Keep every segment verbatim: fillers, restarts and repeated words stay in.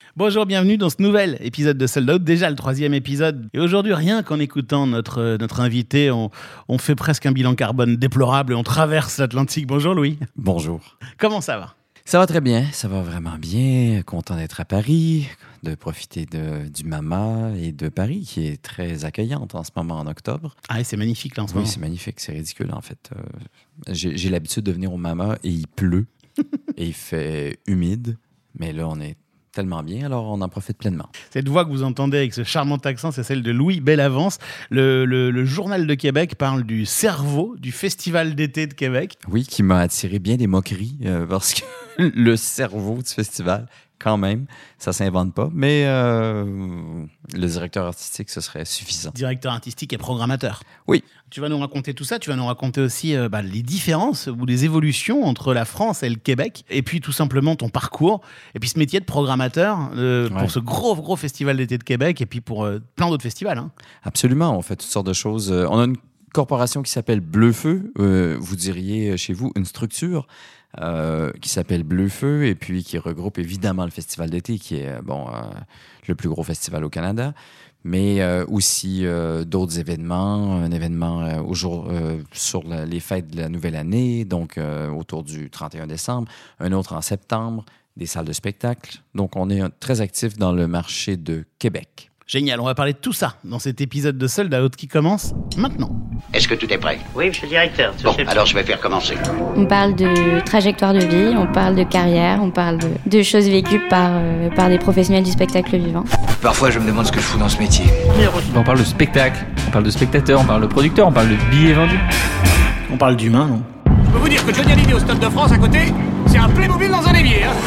Bonjour, bienvenue dans ce nouvel épisode de Sold Out, déjà le troisième épisode. Et aujourd'hui, rien qu'en écoutant notre, notre invité, on, on fait presque un bilan carbone déplorable et on traverse l'Atlantique. Bonjour Louis. Bonjour. Comment ça va? Ça va très bien, ça va vraiment bien. Content d'être à Paris, de profiter de, du Mama et de Paris, qui est très accueillante en ce moment, en octobre. Ah, c'est magnifique là en ce oui, moment. Oui, c'est magnifique, c'est ridicule en fait. Euh, j'ai, j'ai l'habitude de venir au Mama et il pleut et il fait humide, mais là on est tellement bien, alors on en profite pleinement. Cette voix que vous entendez avec ce charmant accent, c'est celle de Louis Bellavance. Le, le, le Journal de Québec parle du cerveau du Festival d'été de Québec. Oui, qui m'a attiré bien des moqueries, euh, parce que le cerveau du festival, quand même, ça s'invente pas, mais euh, le directeur artistique, ce serait suffisant. Directeur artistique et programmateur. Oui. Tu vas nous raconter tout ça, tu vas nous raconter aussi euh, bah, les différences ou les évolutions entre la France et le Québec, et puis tout simplement ton parcours, et puis ce métier de programmateur euh, ouais. pour ce gros, gros festival d'été de Québec, et puis pour euh, plein d'autres festivals. Hein. Absolument, on fait toutes sortes de choses. On a une corporation qui s'appelle Bleu-Feu, euh, vous diriez chez vous une structure, Euh, qui s'appelle Bleu-Feu et puis qui regroupe évidemment le festival d'été qui est bon euh, le plus gros festival au Canada, mais euh, aussi euh, d'autres événements, un événement euh, au jour, euh, sur la, les fêtes de la nouvelle année, donc euh, autour du trente et un décembre, un autre en septembre, des salles de spectacle. Donc on est très actif dans le marché de Québec. Génial, on va parler de tout ça dans cet épisode de Sold Out qui commence maintenant. Est-ce que tout est prêt? Oui, monsieur le directeur. Bon, alors je vais faire commencer. On parle de trajectoire de vie, on parle de carrière, on parle de, de choses vécues par, euh, par des professionnels du spectacle vivant. Parfois, je me demande ce que je fous dans ce métier. On parle de spectacle, on parle de spectateur, on parle de producteur, on parle de billets vendus. On parle d'humain, non? Je peux vous dire que Johnny Hallyday au Stade de France à côté, c'est un Playmobil dans un évier. Hein.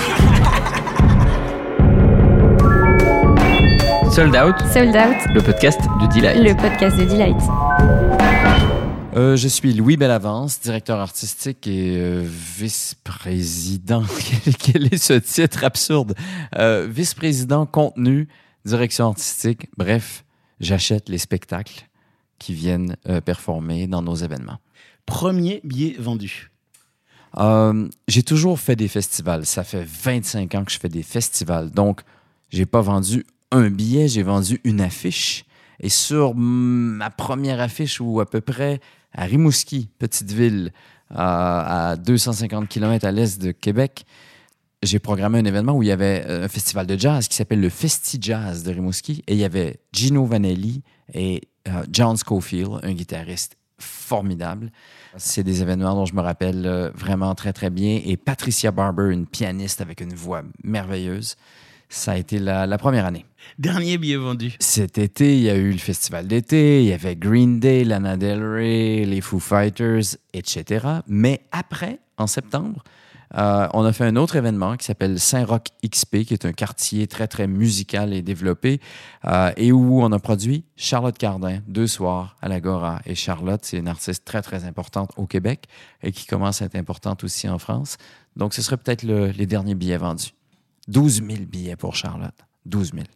Sold Out, Sold Out, le podcast de Delight. Le podcast de Delight. Euh, je suis Louis Bellavance, directeur artistique et euh, vice-président. Quel est ce titre absurde? Euh, vice-président contenu, direction artistique. Bref, j'achète les spectacles qui viennent euh, performer dans nos événements. Premier billet vendu. Euh, j'ai toujours fait des festivals. Ça fait vingt-cinq ans que je fais des festivals. Donc, j'ai pas vendu un billet, j'ai vendu une affiche. Et sur ma première affiche, ou à peu près à Rimouski, petite ville à, à deux cent cinquante kilomètres à l'est de Québec, j'ai programmé un événement où il y avait un festival de jazz qui s'appelle le Festi Jazz de Rimouski. Et il y avait Gino Vanelli et euh, John Scofield, un guitariste formidable. C'est des événements dont je me rappelle euh, vraiment très, très bien. Et Patricia Barber, une pianiste avec une voix merveilleuse. Ça a été la, la première année. Dernier billet vendu. Cet été, il y a eu le festival d'été, il y avait Green Day, Lana Del Rey, les Foo Fighters, et cetera. Mais après, en septembre, euh, on a fait un autre événement qui s'appelle Saint-Roch X P, qui est un quartier très, très musical et développé, euh, et où on a produit Charlotte Cardin, deux soirs à l'Agora. Et Charlotte, c'est une artiste très, très importante au Québec et qui commence à être importante aussi en France. Donc, ce serait peut-être le, les derniers billets vendus. douze mille billets pour Charlotte. douze mille.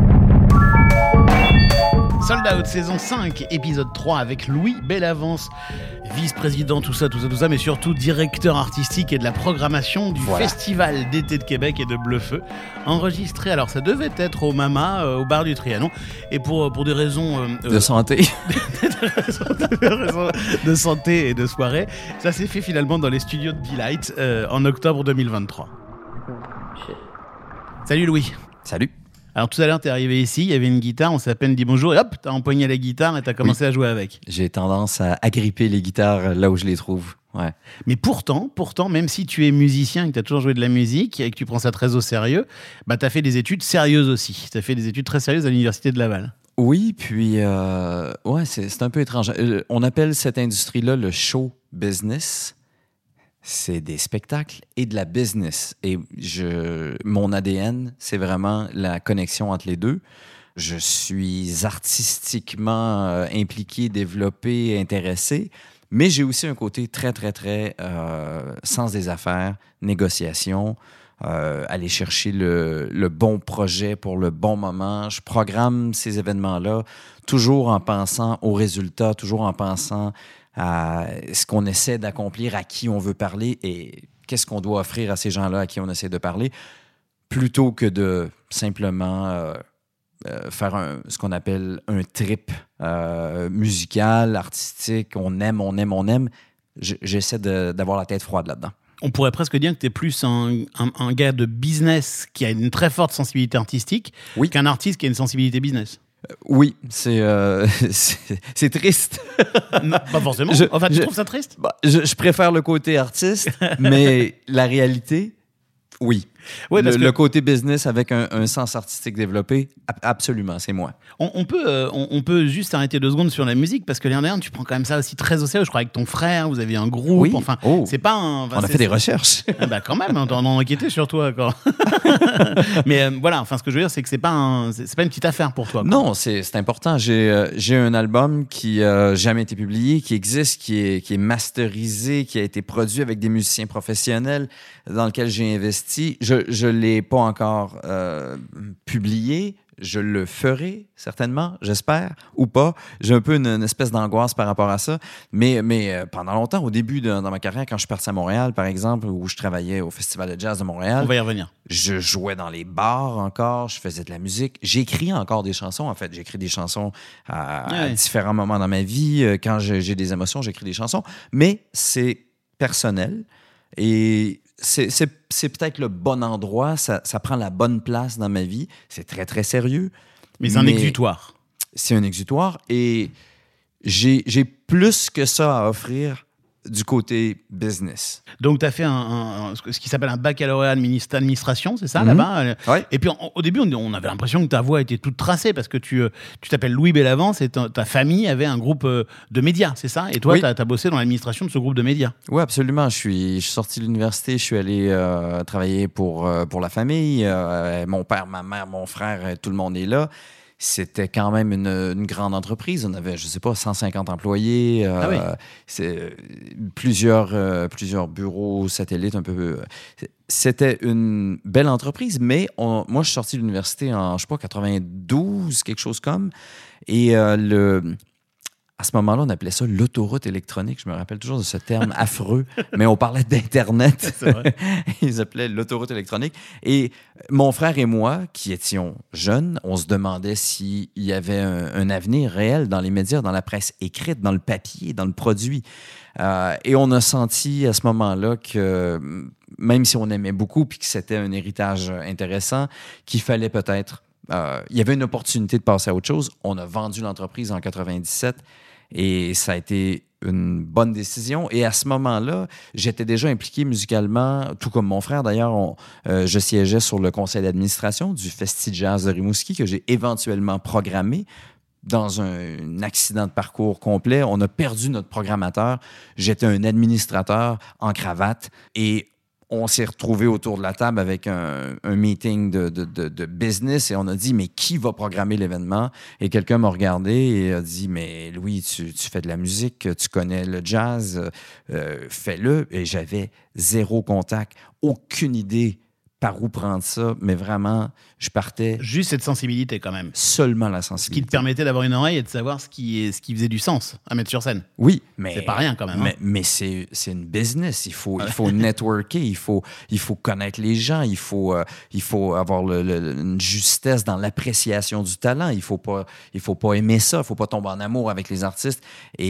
Sold Out, saison cinq, épisode trois, avec Louis Bellavance, vice-président, tout ça, tout ça, tout ça, mais surtout directeur artistique et de la programmation du voilà. Festival d'été de Québec et de Bleu-Feu. Enregistré, alors ça devait être au Mama, euh, au bar du Trianon, et pour, pour des raisons... Euh, de santé. de, raisons de santé et de soirée, ça s'est fait finalement dans les studios de Delight euh, en octobre deux mille vingt-trois. Salut Louis. Salut. Alors tout à l'heure, t'es arrivé ici, il y avait une guitare, on s'est à peine dit bonjour, et hop, t'as empoigné la guitare et t'as commencé oui. à jouer avec. J'ai tendance à agripper les guitares là où je les trouve. Ouais. Mais pourtant, pourtant, même si tu es musicien et que t'as toujours joué de la musique et que tu prends ça très au sérieux, bah t'as fait des études sérieuses aussi. T'as fait des études très sérieuses à l'université de Laval. Oui, puis euh, ouais, c'est, c'est un peu étrange. On appelle cette industrie-là le show business. C'est des spectacles et de la business. Et je, mon A D N, c'est vraiment la connexion entre les deux. Je suis artistiquement euh, impliqué, développé, intéressé, mais j'ai aussi un côté très, très, très euh, sens des affaires, négociation, euh, aller chercher le, le bon projet pour le bon moment. Je programme ces événements-là toujours en pensant aux résultats, toujours en pensant à ce qu'on essaie d'accomplir, à qui on veut parler et qu'est-ce qu'on doit offrir à ces gens-là à qui on essaie de parler. plutôt que de simplement euh, euh, faire un, ce qu'on appelle un trip euh, musical, artistique, on aime, on aime, on aime, j- j'essaie de, d'avoir la tête froide là-dedans. On pourrait presque dire que tu es plus un, un, un gars de business qui a une très forte sensibilité artistique Oui. qu'un artiste qui a une sensibilité business. Euh, oui, c'est, euh, c'est, c'est triste. Non, pas forcément. Je- enfin, tu je- trouves ça triste? Bah, je, je préfère le côté artiste, mais la réalité, oui. Ouais, le, parce que- le côté business avec un, un sens artistique développé, ab- absolument, c'est moi. On, on peut, euh, on, on peut juste arrêter deux secondes sur la musique parce que l'année dernière, tu prends quand même ça aussi très au sérieux. Je crois avec ton frère, vous avez un groupe. Oui. Enfin, Oh. c'est pas un. enfin, On a c'est- fait des recherches. Ah bah quand même, on en a enquêté sur toi. Quoi. Mais euh, voilà, enfin, ce que je veux dire, c'est que c'est pas, un, c'est, c'est pas une petite affaire pour toi. Quoi. Non, c'est, c'est important. J'ai, euh, j'ai un album qui n'a jamais été publié, qui existe, qui est, qui est masterisé, qui a été produit avec des musiciens professionnels dans lequel j'ai investi. Je ne l'ai pas encore euh, publié. Je le ferai, certainement, j'espère, ou pas. J'ai un peu une, une espèce d'angoisse par rapport à ça. Mais, mais euh, pendant longtemps, au début de, dans ma carrière, quand je suis parti à Montréal, par exemple, où je travaillais au Festival de jazz de Montréal, On va y revenir. je jouais dans les bars encore, je faisais de la musique. J'écris encore des chansons, en fait. J'écris des chansons à, à Ouais. différents moments dans ma vie. Euh, Quand je- j'ai des émotions, j'écris des chansons. Mais c'est personnel et c'est, c'est, c'est peut-être le bon endroit. Ça, ça prend la bonne place dans ma vie. C'est très, très sérieux. Mais c'est un exutoire. C'est un exutoire et j'ai, j'ai plus que ça à offrir du côté business. Donc, tu as fait un, un- ce qui s'appelle un baccalauréat administ- administration, c'est ça, Mhm. là-bas? Ouais. Et puis, en- au début, on, on avait l'impression que ta voix était toute tracée parce que tu, euh, tu t'appelles Louis Bellavance et ta, ta famille avait un groupe euh, de médias, c'est ça? Et toi, Oui. tu as bossé dans l'administration de ce groupe de médias. Oui, absolument. Je suis, je suis sorti de l'université, je suis allé euh, travailler pour, euh, pour la famille. Euh, mon père, ma mère, mon frère, euh, tout le monde est là. C'était quand même une, une grande entreprise. On avait, je sais pas, cent cinquante employés. euh, Ah oui. c'est, euh, plusieurs, euh, plusieurs bureaux satellites, un peu. euh, C'était une belle entreprise, mais on- moi, je suis sorti de l'université en, je sais pas, quatre-vingt-douze, quelque chose comme. Et euh, le... À ce moment-là, on appelait ça l'autoroute électronique. Je me rappelle toujours de ce terme affreux, mais on parlait d'Internet. C'est vrai. Ils appelaient l'autoroute électronique. Et mon frère et moi, qui étions jeunes, on se demandait s'il y avait un, un avenir réel dans les médias, dans la presse écrite, dans le papier, dans le produit. Euh, et on a senti à ce moment-là que, même si on aimait beaucoup puis que c'était un héritage intéressant, qu'il fallait peut-être... euh, il y avait une opportunité de passer à autre chose. On a vendu l'entreprise en quatre-vingt-dix-sept et ça a été une bonne décision. Et à ce moment-là, j'étais déjà impliqué musicalement, tout comme mon frère. D'ailleurs, on- euh, je siégeais sur le conseil d'administration du Festi Jazz de Rimouski que j'ai éventuellement programmé. Dans un, un accident de parcours complet, on a perdu notre programmateur. J'étais un administrateur en cravate et on s'est retrouvés autour de la table avec un, un meeting de, de, de, de business et on a dit, mais qui va programmer l'événement? Et quelqu'un m'a regardé et a dit, mais Louis, tu, tu fais de la musique, tu connais le jazz, euh, fais-le. Et j'avais zéro contact, aucune idée par où prendre ça, mais vraiment, je partais Juste cette sensibilité quand même. seulement la Ce qui sensibilité. te permettait d'avoir une oreille et de savoir ce qui, est, ce qui faisait du sens à mettre sur scène. Oui, mais... C'est pas rien quand même, hein. Mais, mais c'est, c'est une business. Il faut, il faut networker, il faut, il faut connaître les gens, il faut, euh, il faut avoir le- le- une justesse dans l'appréciation du talent. Il faut pas, il faut pas aimer ça, il faut pas tomber en amour avec les artistes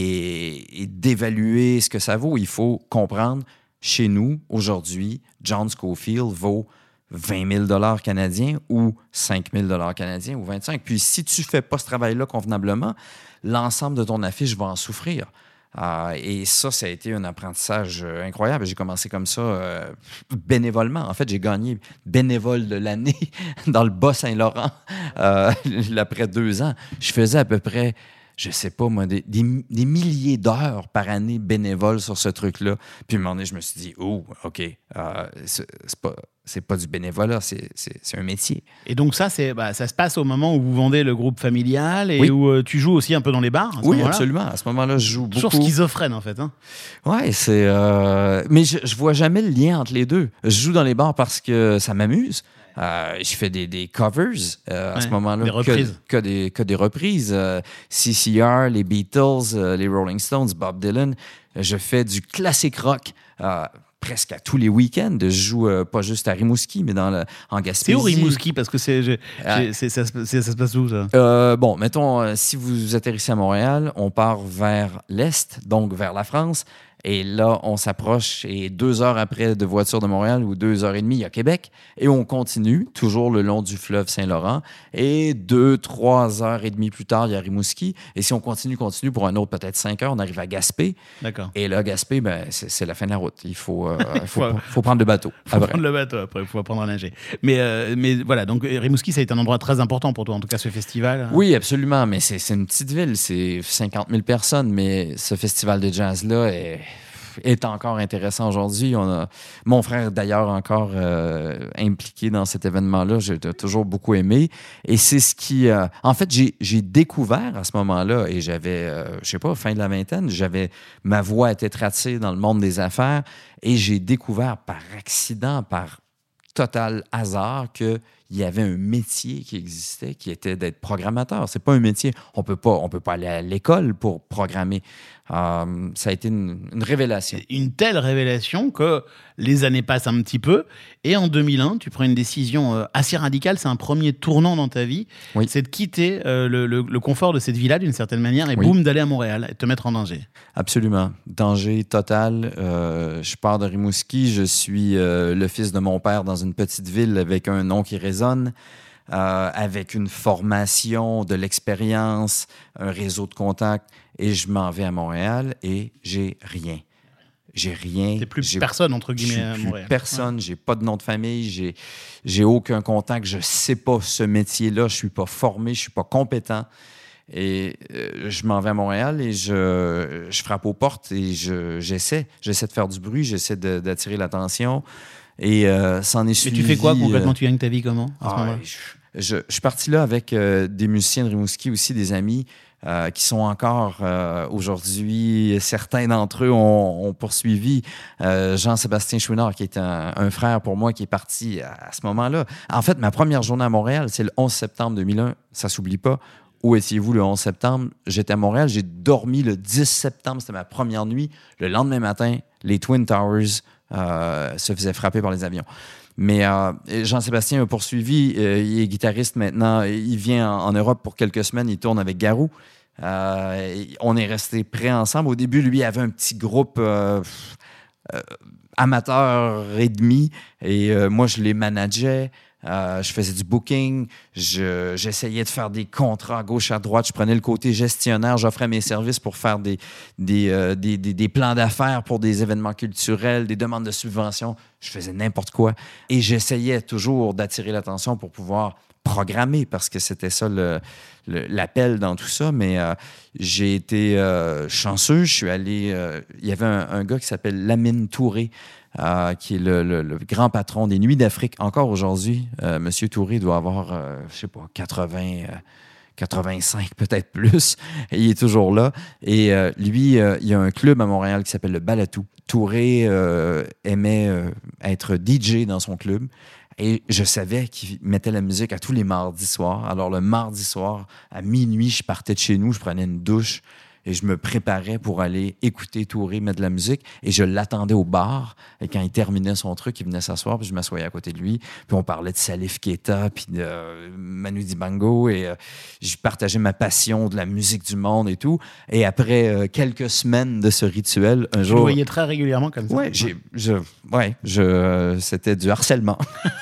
et, et d'évaluer ce que ça vaut. Il faut comprendre, chez nous, aujourd'hui, John Scofield vaut vingt mille dollars canadiens ou cinq mille dollars canadiens ou vingt-cinq. Puis si tu fais pas ce travail-là convenablement, l'ensemble de ton affiche va en souffrir. Euh, et ça, ça a été un apprentissage euh, incroyable. J'ai commencé comme ça euh, bénévolement. En fait, j'ai gagné bénévole de l'année dans le Bas-Saint-Laurent euh, après deux ans. Je faisais à peu près, je sais pas moi, des, des, des milliers d'heures par année bénévole sur ce truc-là. Puis à un moment donné, je me suis dit, oh, OK, euh, c'est, c'est pas... C'est pas du bénévolat, c'est, c'est, c'est un métier. Et donc ça, c'est, bah, ça se passe au moment où vous vendez le groupe familial et Oui. où euh, tu joues aussi un peu dans les bars. À ce Oui, moment-là. absolument. À ce moment-là, je joue beaucoup. Toujours schizophrène en fait. Hein. Ouais, c'est. euh, Mais je, je vois jamais le lien entre les deux. Je joue dans les bars parce que ça m'amuse. Euh, je fais des, des covers euh, à Ouais, ce moment-là. des reprises. Que, que, des, que des reprises. Euh, C C R, les Beatles, euh, les Rolling Stones, Bob Dylan. Je fais du classique rock. Euh, presque à tous les week-ends. Je joue euh, pas juste à Rimouski, mais dans le, en Gaspésie. C'est où Rimouski? Parce que c'est, j'ai, Ah. j'ai- c'est- ça, se- c'est- ça se passe où, ça? Euh, bon, mettons, euh, si vous atterrissez à Montréal, on part vers l'est, donc vers la France. Et là, on s'approche et deux heures après de voiture de Montréal ou deux heures et demie, il y a Québec. Et on continue, toujours le long du fleuve Saint-Laurent. Et deux, trois heures et demie plus tard, il y a Rimouski. Et si on continue, continue pour un autre peut-être cinq heures, on arrive à Gaspé. D'accord. Et là, Gaspé, ben, c'est, c'est la fin de la route. Il faut, euh, faut, Faut- faut prendre le bateau. Faut Après. prendre le bateau après, il faut apprendre à nager. Mais, euh, mais voilà, donc Rimouski, ça a été un endroit très important pour toi, en tout cas ce festival. Oui, absolument, mais c'est, c'est une petite ville, c'est cinquante mille personnes, mais ce festival de jazz-là est, est encore intéressant aujourd'hui. On a, mon frère, d'ailleurs, encore euh, impliqué dans cet événement-là, j'ai t- toujours beaucoup aimé. Et c'est ce qui... euh, en fait, j'ai, j'ai découvert à ce moment-là, et j'avais, euh, je sais pas, fin de la vingtaine, j'avais, ma voix était tracée dans le monde des affaires, et j'ai découvert par accident, par total hasard, qu'il y avait un métier qui existait, qui était d'être programmateur. C'est pas un métier. On peut pas, on peut pas aller à l'école pour programmer. Euh, ça a été une, une révélation. Une telle révélation que les années passent un petit peu. Et en deux mille un, tu prends une décision euh, assez radicale. C'est un premier tournant dans ta vie. Oui. C'est de quitter euh, le, le- le confort de cette villa d'une certaine manière et Oui. boum, d'aller à Montréal et te mettre en danger. Absolument. Danger total. Euh, je pars de Rimouski. Je suis euh, le fils de mon père dans une petite ville avec un nom qui résonne, euh, avec une formation, de l'expérience, un réseau de contacts. Et je m'en vais à Montréal et j'ai rien. J'ai rien. T'es plus J'ai- personne, entre Je guillemets, à suis plus Montréal. personne, j'ai pas de nom de famille, j'ai, j'ai aucun contact, je sais pas ce métier-là, je suis pas formé, je suis pas compétent. Et euh, je m'en vais à Montréal et je, je frappe aux portes et je, j'essaie, j'essaie de faire du bruit, j'essaie de- d'attirer l'attention. Et euh, ça en est Mais suivi. tu fais quoi concrètement? euh, Tu gagnes ta vie comment à ce ah, moment-là? je, je- je suis parti là avec euh, des musiciens de Rimouski aussi, des amis euh, qui sont encore euh, aujourd'hui, certains d'entre eux ont, ont poursuivi. Euh, Jean-Sébastien Chouinard, qui est un, un frère pour moi, qui est parti à, à ce moment-là. En fait, ma première journée à Montréal, c'est le onze septembre deux mille un, ça s'oublie pas. Où étiez-vous le onze septembre? J'étais à Montréal, j'ai dormi le dix septembre, c'était ma première nuit. Le lendemain matin, les Twin Towers euh, se faisaient frapper par les avions. Mais euh, Jean-Sébastien a poursuivi, euh, il est guitariste maintenant, il vient en, en Europe pour quelques semaines, il tourne avec Garou. Euh, on est restés prêts ensemble. Au début, lui avait un petit groupe euh, euh, amateur et demi, et euh, moi, je les manageais. Euh, je faisais du booking, je, j'essayais de faire des contrats à gauche, à droite, je prenais le côté gestionnaire, j'offrais mes services pour faire des, des, euh, des, des, des plans d'affaires pour des événements culturels, des demandes de subventions, je faisais n'importe quoi. Et j'essayais toujours d'attirer l'attention pour pouvoir programmer, parce que c'était ça le, le- l'appel dans tout ça. Mais euh, j'ai été euh, chanceux, je suis allé... euh, il y avait un, un gars qui s'appelle Lamine Touré, Euh, qui est le, le- le grand patron des Nuits d'Afrique. Encore aujourd'hui, euh, Monsieur Touré doit avoir, euh, je sais pas, quatre-vingts, euh, quatre-vingt-cinq, peut-être plus. Et il est toujours là. Et euh, lui, euh, il y a un club à Montréal qui s'appelle le Balatou. Touré euh, aimait euh, être D J dans son club. Et je savais qu'il mettait la musique à tous les mardis soirs. Alors, le mardi soir, à minuit, je partais de chez nous, je prenais une douche, et je me préparais pour aller écouter Touré mettre de la musique. Et je l'attendais au bar. Et quand il terminait son truc, il venait s'asseoir, puis je m'assoyais à côté de lui. Puis on parlait de Salif Keita, puis de euh, Manu Dibango. Et euh, je partageais ma passion de la musique du monde et tout. Et après euh, quelques semaines de ce rituel, un Je le jour... voyais très régulièrement comme ça. Ouais, j'ai, je, ouais, je, c'était du harcèlement.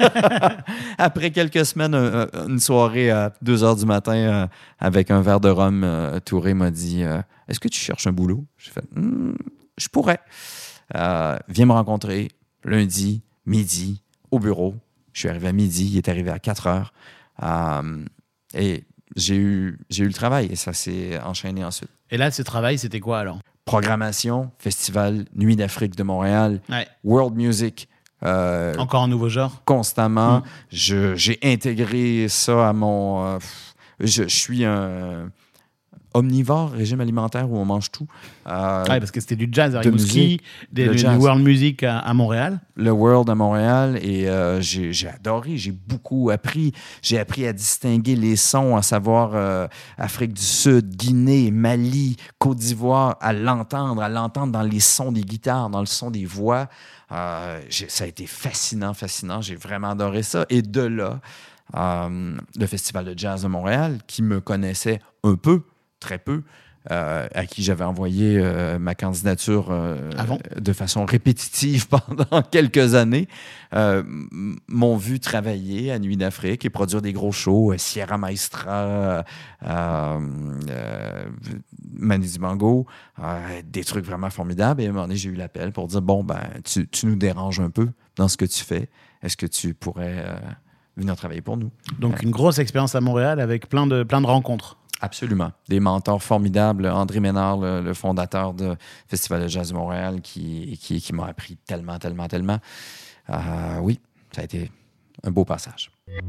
Après quelques semaines, un- un- une soirée à deux heures du matin, euh, avec un verre de rhum, euh, Touré m'a dit euh, « Est-ce que tu cherches un boulot? » J'ai fait Hmm, « Je pourrais. Euh, viens me rencontrer lundi, midi, au bureau. » Je suis arrivé à midi, il est arrivé à quatre heures. Euh, et j'ai eu, j'ai eu le travail et ça s'est enchaîné ensuite. Et là, ce travail, c'était quoi alors? Programmation, Festival Nuit d'Afrique de Montréal, Ouais. World Music, euh, Encore un nouveau genre? constamment. Mm. Je- j'ai intégré ça à mon... euh, je, je suis un... omnivore, régime alimentaire où on mange tout. Euh, Ouais, parce que c'était du jazz à de Rimouski, musique, des, le du jazz. world music à, à Montréal. Le World à Montréal et euh, j'ai, j'ai adoré, j'ai beaucoup appris. J'ai appris à distinguer les sons, à savoir euh, Afrique du Sud, Guinée, Mali, Côte d'Ivoire, à l'entendre, à l'entendre dans les sons des guitares, dans le son des voix. Euh, j'ai, ça a été fascinant, fascinant. J'ai vraiment adoré ça. Et de là, euh, le Festival de jazz de Montréal, qui me connaissait un peu, très peu, Euh, à qui j'avais envoyé euh, ma candidature euh, Avant. de façon répétitive pendant quelques années, euh, m- m'ont vu travailler à Nuit d'Afrique et produire des gros shows, euh, Sierra Maestra, euh, euh, Manu Dibango, euh, des trucs vraiment formidables. Et à un moment donné, j'ai eu l'appel pour dire, bon, ben, tu, tu nous déranges un peu dans ce que tu fais. Est-ce que tu pourrais euh, venir travailler pour nous? Donc, une grosse expérience à Montréal avec plein de, plein de rencontres. Absolument. Des mentors formidables. André Ménard, le, le fondateur du Festival de jazz de Montréal, qui, qui, qui m'a appris tellement, tellement, tellement. Euh, oui, ça a été un beau passage.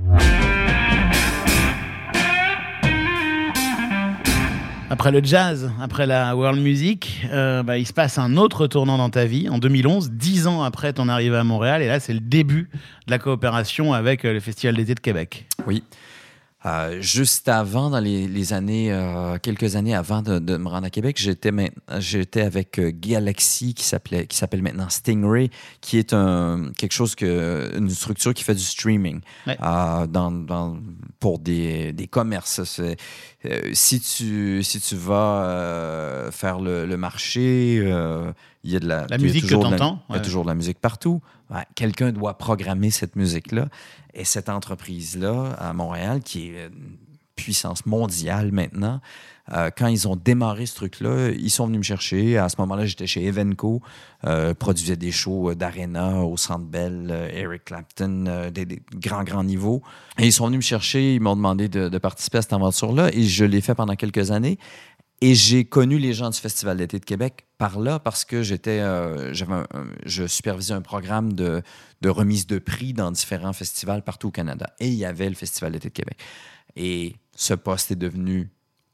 Après le jazz, après la world music, euh, bah, il se passe un autre tournant dans ta vie en deux mille onze, dix ans après ton arrivée à Montréal. Et là, c'est le début de la coopération avec le Festival d'été de Québec. Oui. Euh, juste avant, dans les, les années, euh, quelques années avant de, de me rendre à Québec, j'étais, maintenant, j'étais avec euh, Galaxy, qui s'appelait, qui s'appelle maintenant Stingray, qui est un, quelque chose que, une structure qui fait du streaming Ouais. euh, dans, dans, pour des, des commerces. C'est, euh, si tu, si tu vas euh, faire le, le marché, euh, il y a de la, La il y a musique que toujours de la- t'entends, il y a ouais. toujours de la musique partout. Ouais, quelqu'un doit programmer cette musique-là. Et cette entreprise-là, à Montréal, qui est une puissance mondiale maintenant, euh, quand ils ont démarré ce truc-là, ils sont venus me chercher. À ce moment-là, j'étais chez Evenco, euh, produisait des shows d'Arena au Centre Bell, euh, Eric Clapton, euh, des, des grands, grands niveaux. Et ils sont venus me chercher, ils m'ont demandé de, de participer à cette aventure-là. Et je l'ai fait pendant quelques années. Et j'ai connu les gens du Festival d'été de Québec par là parce que j'étais, euh, j'avais un- un- je supervisais un programme de, de remise de prix dans différents festivals partout au Canada. Et il y avait le Festival d'été de Québec. Et ce poste est devenu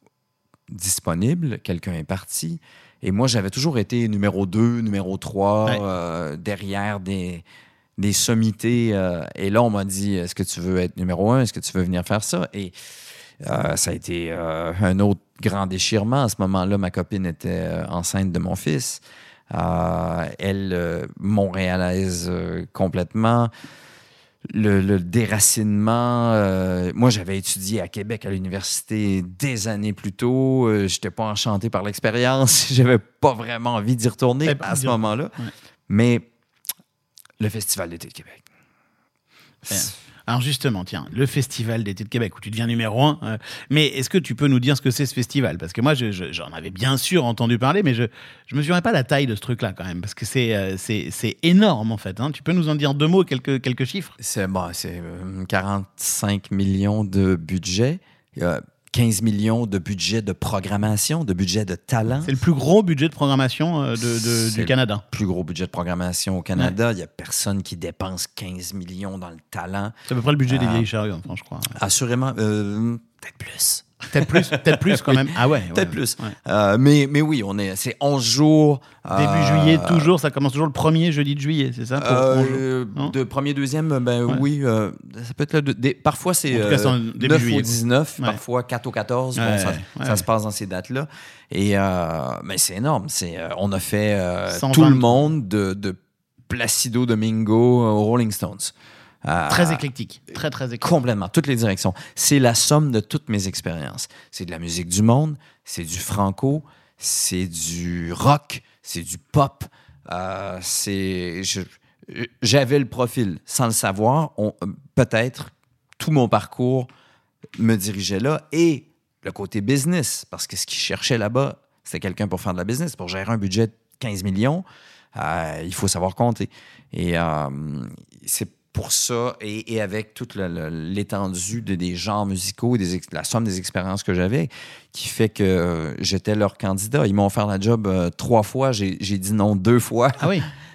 disponible, quelqu'un est parti. Et moi, j'avais toujours été numéro deux, numéro trois, Ouais. euh, derrière des, des sommités. euh, et là, on m'a dit, est-ce que tu veux être numéro un? Est-ce que tu veux venir faire ça? Et euh, ça a été euh, un autre grand déchirement. À ce moment-là, ma copine était euh, enceinte de mon fils. Euh, elle, euh, montréalaise euh, complètement. Le, le déracinement. euh, moi, j'avais étudié à Québec à l'université des années plus tôt. Euh, j'étais pas enchanté par l'expérience. J'avais pas vraiment envie d'y retourner Eh ben, à ce dire- moment-là. Ouais. Mais le Festival d'été de Québec. Ouais. Alors justement, tiens, le Festival d'été de Québec, où tu deviens numéro un. euh, mais est-ce que tu peux nous dire ce que c'est ce festival? Parce que moi, je- je- j'en avais bien sûr entendu parler, mais je ne mesurais pas la taille de ce truc-là quand même, parce que c'est euh, c'est c'est énorme en fait. Hein. Tu peux nous en dire deux mots, quelques, quelques chiffres? C'est bon, c'est euh, quarante-cinq millions de budget, euh, quinze millions de budget de programmation, de budget de talent. C'est le plus gros budget de programmation euh, de, de- C'est du le Canada. plus gros budget de programmation au Canada. Il n'y a personne qui dépense quinze millions dans le talent. C'est à peu près le budget des Ah. vieilles charrues en France, je crois. Assurément, euh, peut-être plus. Peut-être plus, peut-être plus quand même. Ah ouais. ouais, Peut-être ouais. plus. Ouais. Euh, mais, mais oui, on est, c'est onze jours. Début euh, juillet, toujours, ça commence toujours le premier jeudi de juillet, c'est ça? pour onze jours, Euh, non? de premier, deuxième, ben Ouais. oui, euh, ça peut être le. Des, parfois, c'est En tout cas, c'est en euh, début neuf juillet, au quoi. dix-neuf, Ouais. parfois quatre au quatorze. Bon, Ouais, ça ouais, ça ouais. se passe dans ces dates-là. Et euh, mais c'est énorme. C'est, euh, on a fait euh, cent tout vingt. le monde de, de Placido Domingo aux Rolling Stones. Euh, Très éclectique. Très, très éclectique. Complètement, toutes les directions. C'est la somme de toutes mes expériences. C'est de la musique du monde, c'est du franco, c'est du rock, c'est du pop. Euh, c'est, je- j'avais le profil sans le savoir. On- peut-être tout mon parcours me dirigeait là et le côté business, parce que ce qu'ils cherchaient là-bas, c'était quelqu'un pour faire de la business, pour gérer un budget de quinze millions. Euh, il faut savoir compter. Et euh, c'est pour ça, et, et avec toute le- le- l'étendue de, des genres musicaux, des ex- la somme des expériences que j'avais, qui fait que euh, j'étais leur candidat. Ils m'ont offert la job euh, trois fois, j'ai, j'ai dit non deux fois. Ah oui.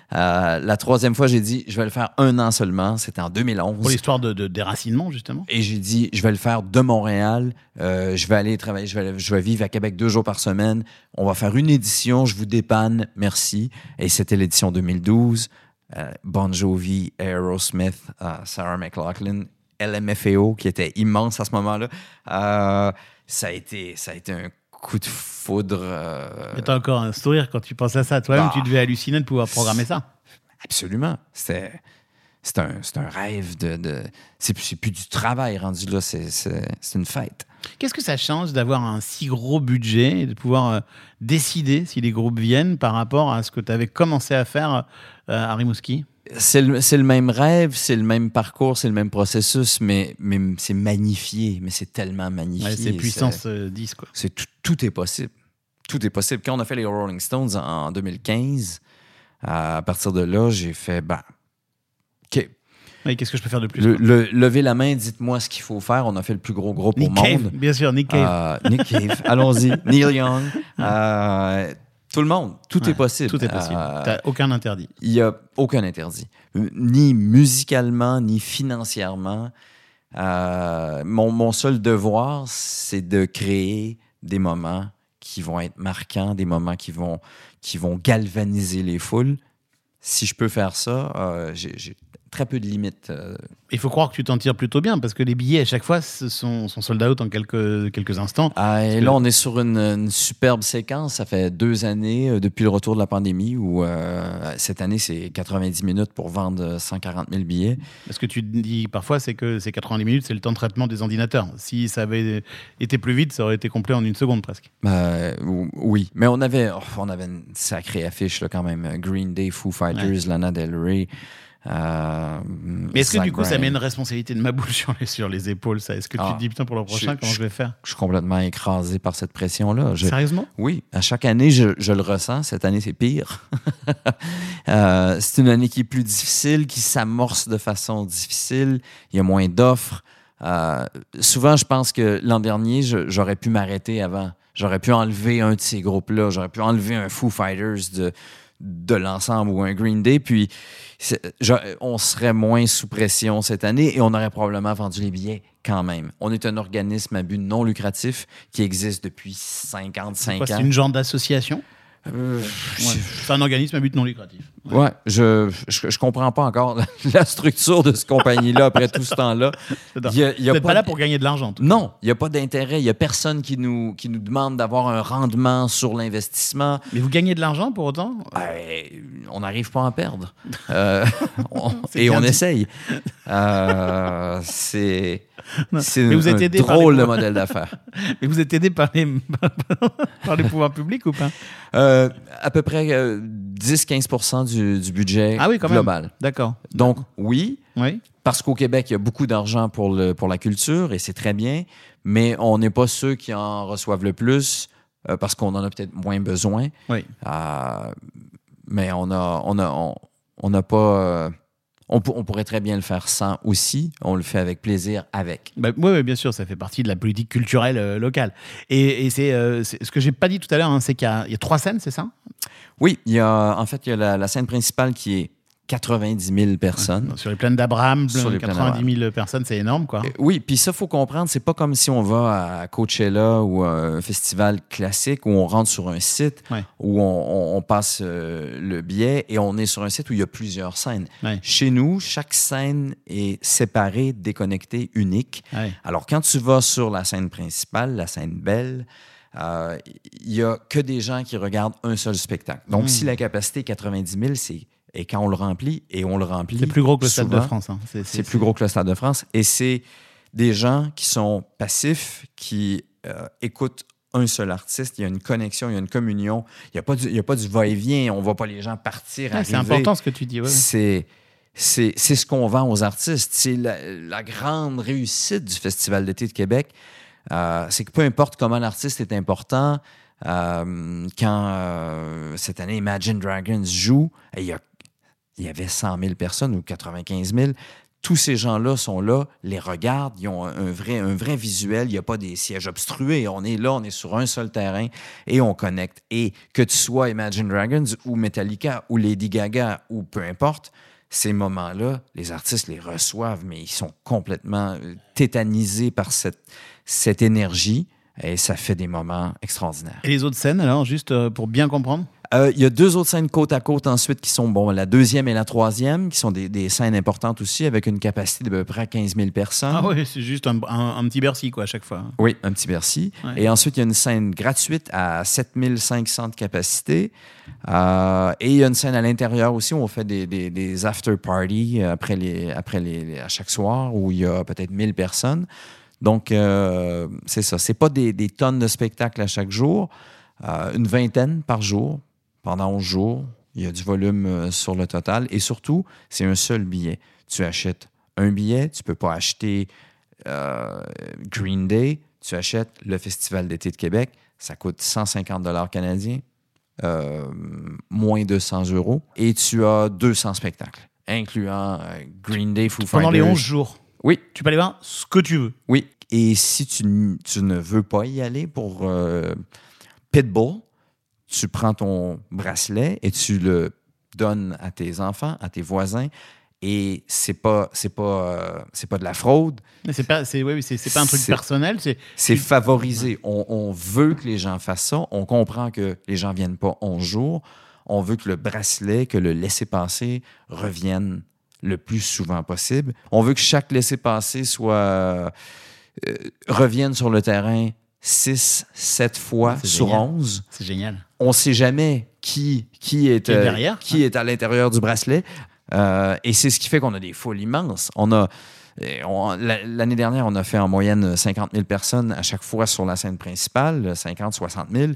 Euh, la troisième fois, j'ai dit, je vais le faire un an seulement. C'était en deux mille onze. Pour l'histoire de, de déracinement, justement. Et j'ai dit, je vais le faire de Montréal. Euh, je vais aller travailler, je vais, je vais vivre à Québec deux jours par semaine. On va faire une édition, je vous dépanne, merci. Et c'était l'édition deux mille douze. Euh, Bon Jovi, Aerosmith, euh, Sarah McLachlan, L M F A O, qui était immense à ce moment-là. Euh, ça a été, ça a été un coup de foudre. Euh... Et t'as encore un sourire quand tu penses à ça. Toi-même, bah, tu devais halluciner de pouvoir programmer ça. Absolument. C'était, c'est, un, c'est un rêve de... de... C'est, plus, c'est plus du travail rendu là, c'est, c'est, c'est une fête. Qu'est-ce que ça change d'avoir un si gros budget et de pouvoir euh, décider si les groupes viennent par rapport à ce que tu avais commencé à faire euh, à Rimouski? C'est le, c'est le même rêve, c'est le même parcours, c'est le même processus, mais, mais c'est magnifié, mais c'est tellement magnifié. Ouais, c'est puissance c'est, euh, dix, quoi. C'est tout, tout est possible. Tout est possible. Quand on a fait les Rolling Stones en, en deux mille quinze, à partir de là, j'ai fait, ben, OK. Ouais, qu'est-ce que je peux faire de plus? Le, le, levez la main, dites-moi ce qu'il faut faire. On a fait le plus gros groupe Nick au Cave, monde. bien sûr, Nick Cave. Euh, Nick Cave, allons-y. Neil Young. Euh, tout le monde. Tout Ouais, est possible. Tout est possible. Euh, T'as aucun interdit. Il n'y a aucun interdit. Ni musicalement, ni financièrement. Euh, mon, mon seul devoir, c'est de créer des moments qui vont être marquants, des moments qui vont, qui vont galvaniser les foules. Si je peux faire ça, euh, j'ai, j'ai très peu de limites. Euh. Il faut croire que tu t'en tires plutôt bien parce que les billets, à chaque fois, sont, sont sold out en quelques, quelques instants. Ah, et que- là, on est sur une, une superbe séquence. Ça fait deux années euh, depuis le retour de la pandémie où euh, cette année, c'est quatre-vingt-dix minutes pour vendre cent quarante mille billets. Ce que tu dis parfois, c'est que ces quatre-vingt-dix minutes, c'est le temps de traitement des ordinateurs. Si ça avait été plus vite, ça aurait été complet en une seconde presque. Euh, oui, mais on avait, oh, on avait une sacrée affiche là, quand même. Green Day, Foo Fighters, Ouais. Lana Del Rey. Euh, Mais est-ce que Zach du coup, ça Bryan. met une responsabilité de ma boule sur les, sur les épaules, ça? Est-ce que tu Ah, te dis, putain, pour le prochain, je- comment je vais faire? Je suis complètement écrasé par cette pression-là. Je- Sérieusement? Oui, à chaque année, je, je le ressens. Cette année, c'est pire. Euh, c'est une année qui est plus difficile, qui s'amorce de façon difficile. Il y a moins d'offres. Euh, souvent, je pense que l'an dernier, je- j'aurais pu m'arrêter avant. J'aurais pu enlever un de ces groupes-là. J'aurais pu enlever un Foo Fighters de, de l'ensemble ou un Green Day. Puis, c'est- je- on serait moins sous pression cette année et on aurait probablement vendu les billets quand même. On est un organisme à but non lucratif qui existe depuis cinquante-cinq Quoi, ans. c'est une genre d'association? Euh, Ouais. C'est un organisme à but non lucratif. Ouais, je, je je comprends pas encore la, la structure de cette compagnie-là après tout ce temps-là. C'est Il y a- il y a Vous n'êtes pas pas là de- pour gagner de l'argent. en tout cas. Non, il n'y a pas d'intérêt. Il n'y a personne qui nous, qui nous demande d'avoir un rendement sur l'investissement. Mais vous gagnez de l'argent pour autant? Ben, on n'arrive pas à en perdre. Euh, on- C'est et bien on dit. essaye. Euh, c'est c'est Mais vous êtes un aidé par drôle les- de modèle d'affaires. Mais vous êtes aidé par les, par les pouvoirs publics ou pas? Euh, à peu près euh, dix à quinze pour cent du, du budget Ah oui, quand global. même. D'accord. Donc, oui, Oui. parce qu'au Québec, il y a beaucoup d'argent pour, le, pour la culture et c'est très bien, mais on n'est pas ceux qui en reçoivent le plus euh, parce qu'on en a peut-être moins besoin. Oui. Euh, mais on a, on a, on, on n'a pas. euh, on, pour- on pourrait très bien le faire sans aussi. On le fait avec plaisir avec. Bah, oui, oui, bien sûr, ça fait partie de la politique culturelle euh, locale. Et, et c'est, euh, c'est- ce que j'ai pas dit tout à l'heure, hein, c'est qu'il y a, il y a trois scènes, c'est ça? Oui, il y a, en fait, il y a la, la scène principale qui est quatre-vingt-dix mille personnes. Sur les plaines d'Abraham, Sur les plaines quatre-vingt-dix mille personnes, c'est énorme, quoi. Euh, Oui, puis ça, il faut comprendre, c'est pas comme si on va à Coachella ou à un festival classique où on rentre sur un site, Ouais. où on, on- on passe euh, le billet et on est sur un site où il y a plusieurs scènes. Ouais. Chez nous, chaque scène est séparée, déconnectée, unique. Ouais. Alors, quand tu vas sur la scène principale, la scène belle, euh, il y a que des gens qui regardent un seul spectacle. Donc, Mmh. si la capacité est quatre-vingt-dix mille, c'est... Et quand on le remplit, et on le remplit... C'est plus gros que le Stade de souvent, France. hein. C'est, c'est plus gros que le Stade de France. Et c'est des gens qui sont passifs, qui euh, écoutent un seul artiste. Il y a une connexion, il y a une communion. Il n'y a pas du, il y a pas du va-et-vient. On ne voit pas les gens partir, Ouais, c'est arriver. important ce que tu dis. Ouais. C'est, c'est, c'est ce qu'on vend aux artistes. C'est la, la grande réussite du Festival d'été de Québec. Euh, c'est que peu importe comment l'artiste est important, euh, quand euh, cette année Imagine Dragons joue, il y a il y avait cent mille personnes ou quatre-vingt-quinze mille. tous ces gens-là sont là, les regardent, ils ont un vrai, un vrai visuel, il n'y a pas des sièges obstrués. On est là, on est sur un seul terrain et on connecte. Et que tu sois Imagine Dragons ou Metallica ou Lady Gaga ou peu importe, ces moments-là, les artistes les reçoivent, mais ils sont complètement tétanisés par cette, cette énergie et ça fait des moments extraordinaires. Et les autres scènes, alors, juste euh, pour bien comprendre? Euh, il y a deux autres scènes côte à côte ensuite qui sont, bon, la deuxième et la troisième, qui sont des, des scènes importantes aussi, avec une capacité d'à peu près quinze mille personnes. Ah oui, c'est juste un, un, un petit Bercy, quoi, à chaque fois. Oui, un petit Bercy. Ouais. Et ensuite, il y a une scène gratuite à sept mille cinq cents de capacité. Euh, et il y a une scène à l'intérieur aussi où on fait des, des, des after-parties après les, après les, les, à chaque soir, où il y a peut-être mille personnes. Donc, euh, c'est ça. C'est pas des, des tonnes de spectacles à chaque jour. Euh, une vingtaine par jour. Pendant onze jours, il y a du volume euh, sur le total. Et surtout, c'est un seul billet. Tu achètes un billet, tu ne peux pas acheter euh, Green Day, tu achètes le Festival d'été de Québec, ça coûte cent cinquante dollars canadiens, euh, moins deux cents euros, et tu as deux cents spectacles, incluant euh, Green Day, Foo Fighters. Pendant les onze jours. Oui. Tu peux aller voir ce que tu veux. Oui. Et si tu, n- tu ne veux pas y aller pour euh, Pitbull, tu prends ton bracelet et tu le donnes à tes enfants, à tes voisins, et c'est pas c'est pas euh, c'est pas de la fraude. Mais c'est pas c'est oui, c'est, c'est pas un truc C'est- personnel, c'est C'est tu- favorisé. On, on veut que les gens fassent ça. On comprend que les gens viennent pas onze jours. On veut que le bracelet, que le laissez-passer revienne le plus souvent possible. On veut que chaque laissez-passer soit euh, revienne sur le terrain six, sept fois C'est sur génial. onze. c'est génial. On ne sait jamais qui, qui, est, Qui est euh, derrière, qui est à l'intérieur du bracelet. Euh, et c'est ce qui fait qu'on a des foules immenses. On a, euh, on- la- l'année dernière, on a fait en moyenne cinquante mille personnes à chaque fois sur la scène principale, cinquante, soixante mille.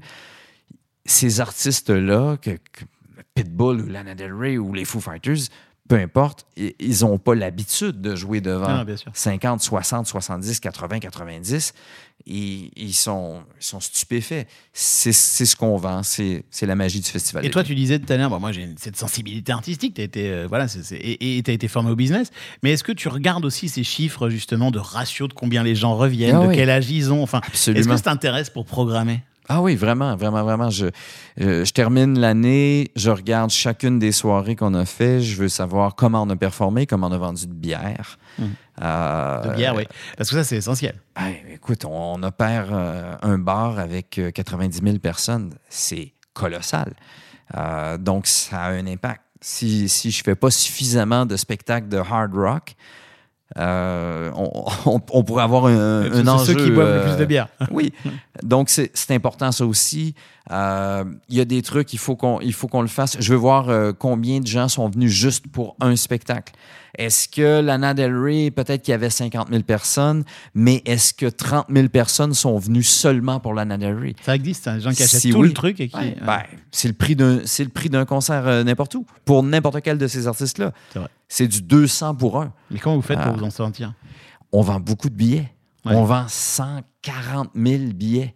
Ces artistes-là, que, que Pitbull ou Lana Del Rey ou les Foo Fighters, peu importe, i- ils n'ont pas l'habitude de jouer devant Ah, bien sûr. cinquante, soixante, soixante-dix, quatre-vingts, quatre-vingt-dix. Et ils sont, ils sont stupéfaits. C'est, c'est ce qu'on vend, c'est, c'est la magie du festival. Et toi, tu disais tout à l'heure, bon, moi j'ai une- cette sensibilité artistique, t'as été, euh, voilà, c'est, c'est- et tu as été formé au business, mais est-ce que tu regardes aussi ces chiffres justement de ratio, de combien les gens reviennent, Ah de oui. quel âge ils ont, enfin, Absolument. est-ce que ça t'intéresse pour programmer? Ah oui, vraiment, vraiment, vraiment. Je, euh, je termine l'année, je regarde chacune des soirées qu'on a fait, je veux savoir comment on a performé, comment on a vendu de bière. Mmh. Euh, De bière, oui. Parce que ça, c'est essentiel. Hey, écoute, on, on opère euh, un bar avec euh, quatre-vingt-dix mille personnes. C'est colossal. Euh, donc, ça a un impact. Si, si je ne fais pas suffisamment de spectacles de hard rock, euh, on, on- on pourrait avoir un, C'est un enjeu. ceux qui boivent le euh, plus de bière. Oui. Donc, c'est, c'est important, ça aussi. Euh, Il y a des trucs, il faut qu'on, il faut qu'on le fasse. Je veux voir euh, combien de gens sont venus juste pour un spectacle. Est-ce que Lana Del Rey, peut-être qu'il y avait cinquante mille personnes, mais est-ce que trente mille personnes sont venues seulement pour Lana Del Rey? Ça existe, hein, des gens qui achètent Si tout oui, le truc et qui. ouais, euh, ben, c'est le prix d'un, c'est le prix d'un concert euh, n'importe où, pour n'importe quel de ces artistes-là. C'est vrai. C'est du deux cents pour un. Mais comment vous faites Ah. pour vous en sortir? On vend beaucoup de billets. Ouais. On vend cent quarante mille billets.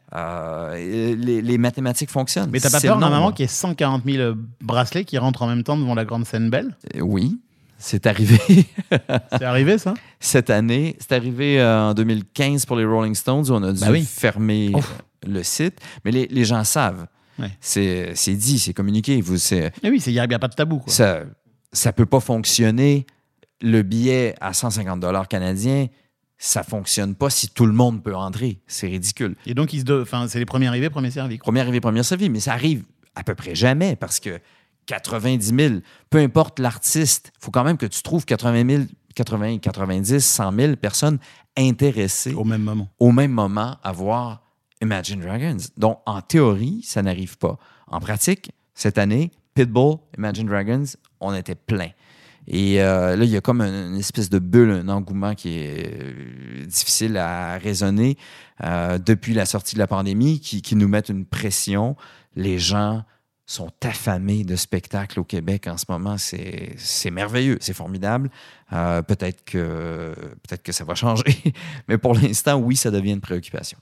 Euh, les, les mathématiques fonctionnent. Mais t'as pas C'est peur le normalement nombre. qu'il y ait cent quarante mille bracelets qui rentrent en même temps devant la grande scène belle? Euh, Oui, c'est arrivé C'est arrivé ça? cette année. C'est arrivé euh, en deux mille quinze pour les Rolling Stones où on a dû Bah oui. fermer Oh. euh, le site. Mais les, les gens savent. Ouais. C'est, c'est dit, c'est communiqué. Vous, c'est, Mais oui, il n'y a bien pas de tabou. Quoi. ça ça peut pas fonctionner. Le billet à cent cinquante dollars canadiens, ça fonctionne pas si tout le monde peut entrer. C'est ridicule. Et donc, ils se do- enfin, c'est les premiers arrivés, premiers servis. quoi. Première arrivée, première servie, mais ça arrive à peu près jamais parce que quatre-vingt-dix mille, peu importe l'artiste, il faut quand même que tu trouves quatre-vingt mille, quatre-vingts, quatre-vingt-dix, cent mille personnes intéressées Au même moment. au même moment à voir Imagine Dragons. Donc, en théorie, ça n'arrive pas. En pratique, cette année, Pitbull, Imagine Dragons, on était plein. Et euh, là, il y a comme une, une espèce de bulle, un engouement qui est euh, difficile à raisonner euh, depuis la sortie de la pandémie, qui, qui nous met une pression. Les gens sont affamés de spectacles au Québec en ce moment. C'est, c'est merveilleux, c'est formidable. Euh, peut-être que, peut-être que ça va changer, mais pour l'instant, oui, ça devient une préoccupation.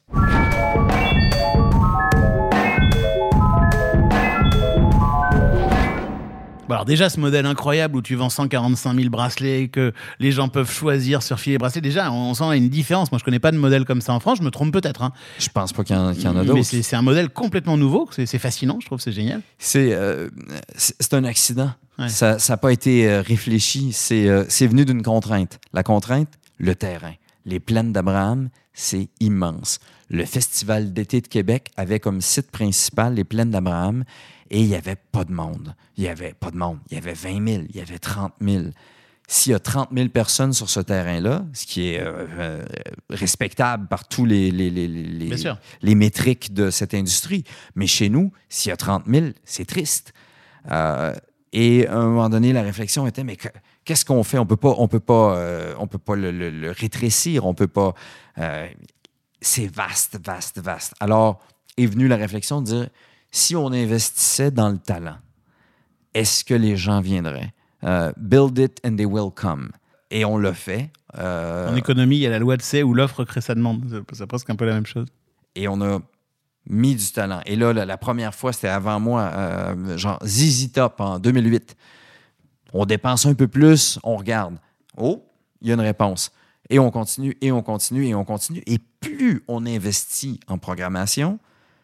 Bon, Alors déjà, ce modèle incroyable où tu vends cent quarante-cinq mille bracelets, que les gens peuvent choisir sur filet bracelet, déjà, on sent une différence. Moi, je connais pas de modèle comme ça en France, je me trompe peut-être. Hein. Je pense pas qu'il y en, qu'il y en a Mais d'autres. c'est, c'est un modèle complètement nouveau, c'est, c'est fascinant, je trouve, c'est génial. C'est, euh, c'est, c'est un accident. Ouais. Ça n'a pas été euh, réfléchi. C'est, euh, c'est venu d'une contrainte. La contrainte, le terrain. Les plaines d'Abraham, c'est immense. Le Festival d'été de Québec avait comme site principal les plaines d'Abraham et il n'y avait pas de monde. Il n'y avait pas de monde. Il y avait vingt mille, il y avait trente mille. S'il y a trente mille personnes sur ce terrain-là, ce qui est euh, euh, respectable par tous les, les, les, les, Bien sûr. les métriques de cette industrie, mais chez nous, s'il y a trente mille, c'est triste. Euh, et à un moment donné, la réflexion était, mais que, qu'est-ce qu'on fait? On peut pas, on peut pas, euh, on peut pas le, le, le rétrécir, on peut pas... Euh, c'est vaste, vaste, vaste. Alors, est venue la réflexion de dire, si on investissait dans le talent, est-ce que les gens viendraient? Uh, build it and they will come. Et on l'a fait. Euh, En économie, il y a la loi de C où l'offre crée sa demande. C'est, c'est presque un peu la même chose. Et on a mis du talent. Et là, la, la première fois, c'était avant moi, euh, genre Z Z Top en deux mille huit. On dépense un peu plus, on regarde. Oh, il y a une réponse. Et on continue, et on continue, et on continue. Et plus on investit en programmation,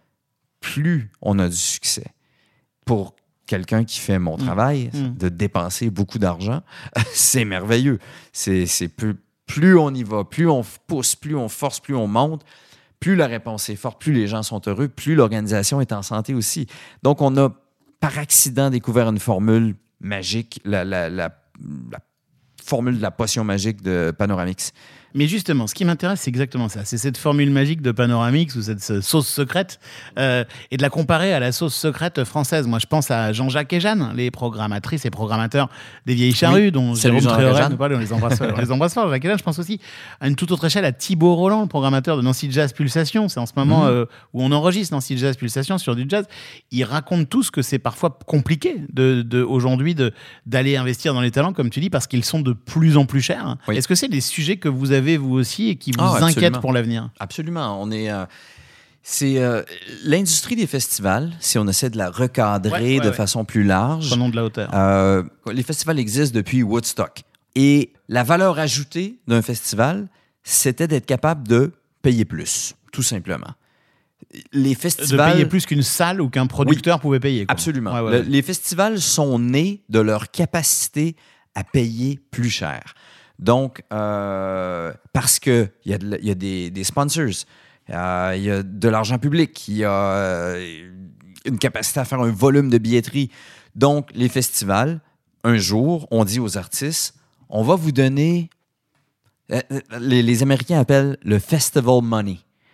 plus on a du succès. Pour quelqu'un qui fait mon travail, mmh. de dépenser beaucoup d'argent, c'est merveilleux. C'est, c'est plus, plus on y va, plus on pousse, plus on force, plus on monte, plus la réponse est forte, plus les gens sont heureux, plus l'organisation est en santé aussi. Donc, on a, par accident, découvert une formule magique, la, la, la, la formule de la potion magique de Panoramix. Mais justement, ce qui m'intéresse, c'est exactement ça. C'est cette formule magique de Panoramix ou cette sauce secrète euh, et de la comparer à la sauce secrète française. Moi, je pense à Jean-Jacques et Jeanne, les programmatrices et programmateurs des Vieilles Charrues, oui. dont Salut Jérôme Jean-Jacques Tréoret nous parle, on les embrasse, on les embrasse fort. Jean-Jacques et Jeanne, je pense aussi à une toute autre échelle à Thibaut Roland, le programmateur de Nancy Jazz Pulsation. C'est en ce moment mmh. euh, où on enregistre Nancy Jazz Pulsation sur du jazz. Ils racontent tous que c'est parfois compliqué de, de, aujourd'hui de, d'aller investir dans les talents, comme tu dis, parce qu'ils sont de plus en plus chers. Oui. Est-ce que c'est des sujets que vous avez, vous aussi, et qui vous oh, inquiètent pour l'avenir? Absolument. On est... Euh... C'est euh, l'industrie des festivals, si on essaie de la recadrer ouais, ouais, de ouais. façon plus large. Prenons de la hauteur. Euh, les festivals existent depuis Woodstock. Et la valeur ajoutée d'un festival, c'était d'être capable de payer plus, tout simplement. Les festivals... De payer plus qu'une salle ou qu'un producteur oui, pouvait payer. Quoi. Absolument. Ouais, ouais, Le, ouais. Les festivals sont nés de leur capacité à payer plus cher. Donc, euh, parce qu'il y a, de, y a des, des sponsors, il euh, y a de l'argent public, il y a euh, une capacité à faire un volume de billetterie. Donc, les festivals, un jour, on dit aux artistes, on va vous donner... Euh, les, les Américains appellent le festival money.